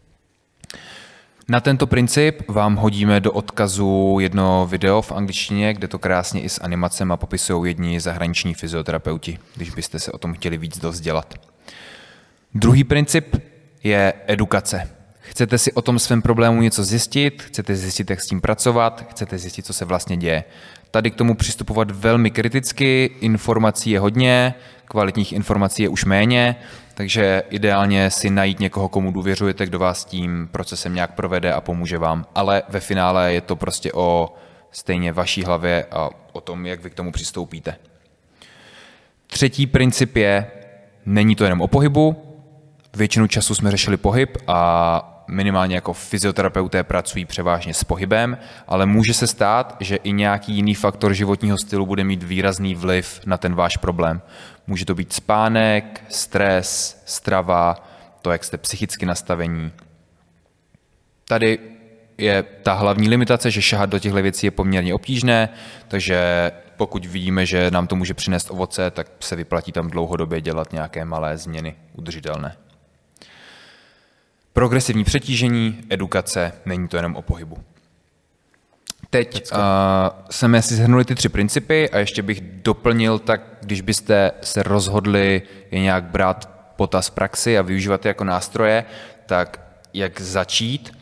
Na tento princip vám hodíme do odkazu jedno video v angličtině, kde to krásně i s animacemi popisují jedni zahraniční fyzioterapeuti, když byste se o tom chtěli víc dozdělat. Druhý princip je edukace. Chcete si o tom svém problému něco zjistit, chcete zjistit, jak s tím pracovat, chcete zjistit, co se vlastně děje. Tady k tomu přistupovat velmi kriticky, informací je hodně, kvalitních informací je už méně, takže ideálně si najít někoho, komu důvěřujete, kdo vás tím procesem nějak provede a pomůže vám. Ale ve finále je to prostě o stejně vaší hlavě a o tom, jak vy k tomu přistoupíte. Třetí princip je, není to jenom o pohybu, většinu času jsme řešili pohyb a minimálně jako fyzioterapeuté pracují převážně s pohybem, ale může se stát, že i nějaký jiný faktor životního stylu bude mít výrazný vliv na ten váš problém. Může to být spánek, stres, strava, to, jak jste psychicky nastavení. Tady je ta hlavní limitace, že šahat do těchto věcí je poměrně obtížné, takže pokud vidíme, že nám to může přinést ovoce, tak se vyplatí tam dlouhodobě dělat nějaké malé změny udržitelné. Progresivní přetížení, edukace, není to jenom o pohybu. Teď uh, jsme si shrnuli ty tři principy a ještě bych doplnil, tak když byste se rozhodli je nějak brát potaz praxi a využívat je jako nástroje, tak jak začít?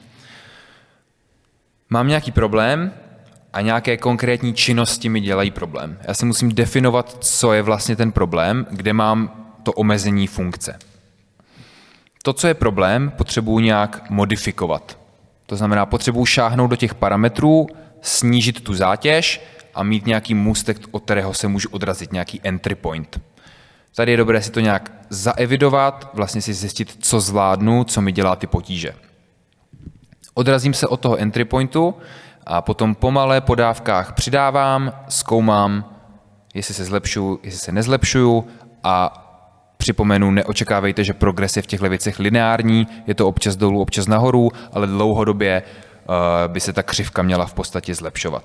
Mám nějaký problém a nějaké konkrétní činnosti mi dělají problém. Já si musím definovat, co je vlastně ten problém, kde mám to omezení funkce. To, co je problém, potřebuji nějak modifikovat. To znamená, potřebuji šáhnout do těch parametrů, snížit tu zátěž a mít nějaký můstek, od kterého se můžu odrazit, nějaký entry point. Tady je dobré si to nějak zaevidovat, vlastně si zjistit, co zvládnu, co mi dělá ty potíže. Odrazím se od toho entry pointu a potom pomalé po dávkách přidávám, zkoumám, jestli se zlepšuju, jestli se nezlepšuju a připomenu, neočekávejte, že progres je v těchto věcech lineární, je to občas dolů, občas nahoru, ale dlouhodobě uh, by se ta křivka měla v podstatě zlepšovat.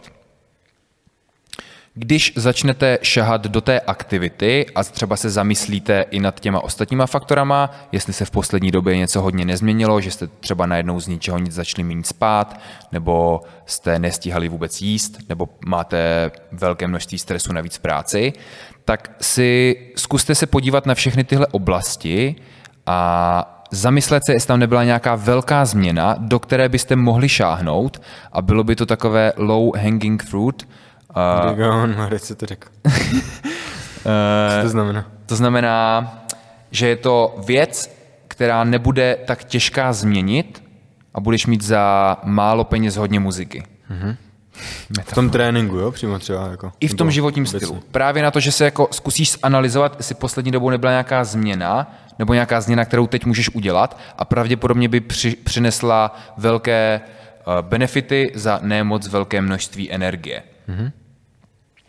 Když začnete šahat do té aktivity a třeba se zamyslíte i nad těma ostatníma faktorama, jestli se v poslední době něco hodně nezměnilo, že jste třeba najednou z ničeho nic začali méně spát, nebo jste nestíhali vůbec jíst, nebo máte velké množství stresu navíc v práci, tak si zkuste se podívat na všechny tyhle oblasti a zamyslet se, jestli tam nebyla nějaká velká změna, do které byste mohli šáhnout a bylo by to takové low hanging fruit. Uh, co to řekl? Co to znamená? To znamená, že je to věc, která nebude tak těžká změnit a budeš mít za málo peněz hodně muziky. Mm-hmm. V tom tréninku, jo, přímo třeba jako. I v tom životním obecně stylu. Právě na to, že se jako zkusíš analyzovat, jestli poslední dobou nebyla nějaká změna, nebo nějaká změna, kterou teď můžeš udělat a pravděpodobně by při, přinesla velké uh, benefity za nemoc velké množství energie. Mm-hmm.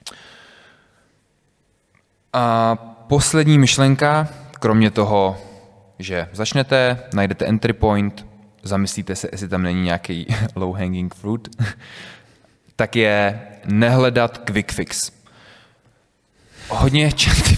A poslední myšlenka, kromě toho, že začnete, najdete entry point, zamyslíte se, jestli tam není nějaký low hanging fruit, tak je nehledat quick fix. Hodně četý.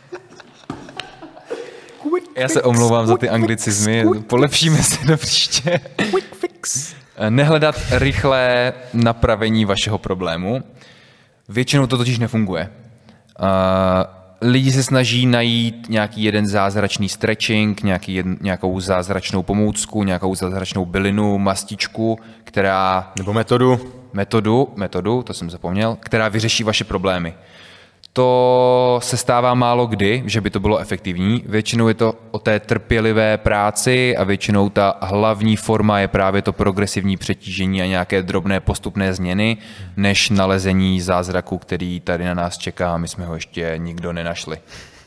Já se omlouvám za ty anglicizmy, polepšíme se do příště. Quick fix. Nehledat rychlé napravení vašeho problému. Většinou to totiž nefunguje. Lidi se snaží najít nějaký jeden zázračný stretching, nějaký jeden, nějakou zázračnou pomůcku, nějakou zázračnou bylinu, mastičku, která... Nebo metodu. Metodu, metodu, to jsem zapomněl, která vyřeší vaše problémy. To se stává málo kdy, že by to bylo efektivní. Většinou je to o té trpělivé práci a většinou ta hlavní forma je právě to progresivní přetížení a nějaké drobné postupné změny, než nalezení zázraku, který tady na nás čeká a my jsme ho ještě nikdo nenašli.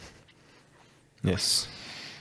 Yes.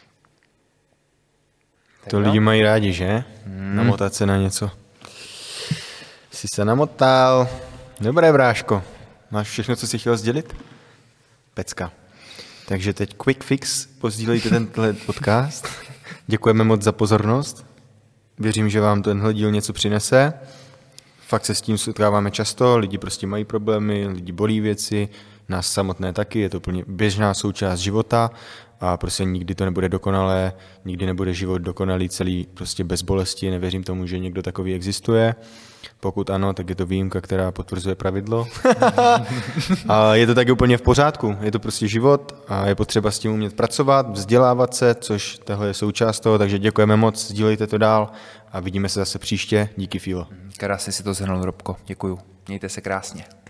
Tak to no. Lidi mají rádi, že? Hmm. Namotat se na něco. Jsi se namotal. Dobré, bráško. Máš všechno, co jsi chtěl sdělit? Pecka. Takže teď quick fix, pozdílejte tenhle podcast. Děkujeme moc za pozornost. Věřím, že vám tenhle díl něco přinese. Fakt se s tím setkáváme často, lidi prostě mají problémy, lidi bolí věci, nás samotné taky, je to plně běžná součást života a prostě nikdy to nebude dokonalé, nikdy nebude život dokonalý celý prostě bez bolesti, nevěřím tomu, že někdo takový existuje. Pokud ano, tak je to výjimka, která potvrzuje pravidlo. A je to taky úplně v pořádku. Je to prostě život a je potřeba s tím umět pracovat, vzdělávat se, což tohle je součást toho, takže děkujeme moc, sdílejte to dál a vidíme se zase příště. Díky, Fílo. Krásně si to zhrnul, Robko. Děkuju. Mějte se krásně.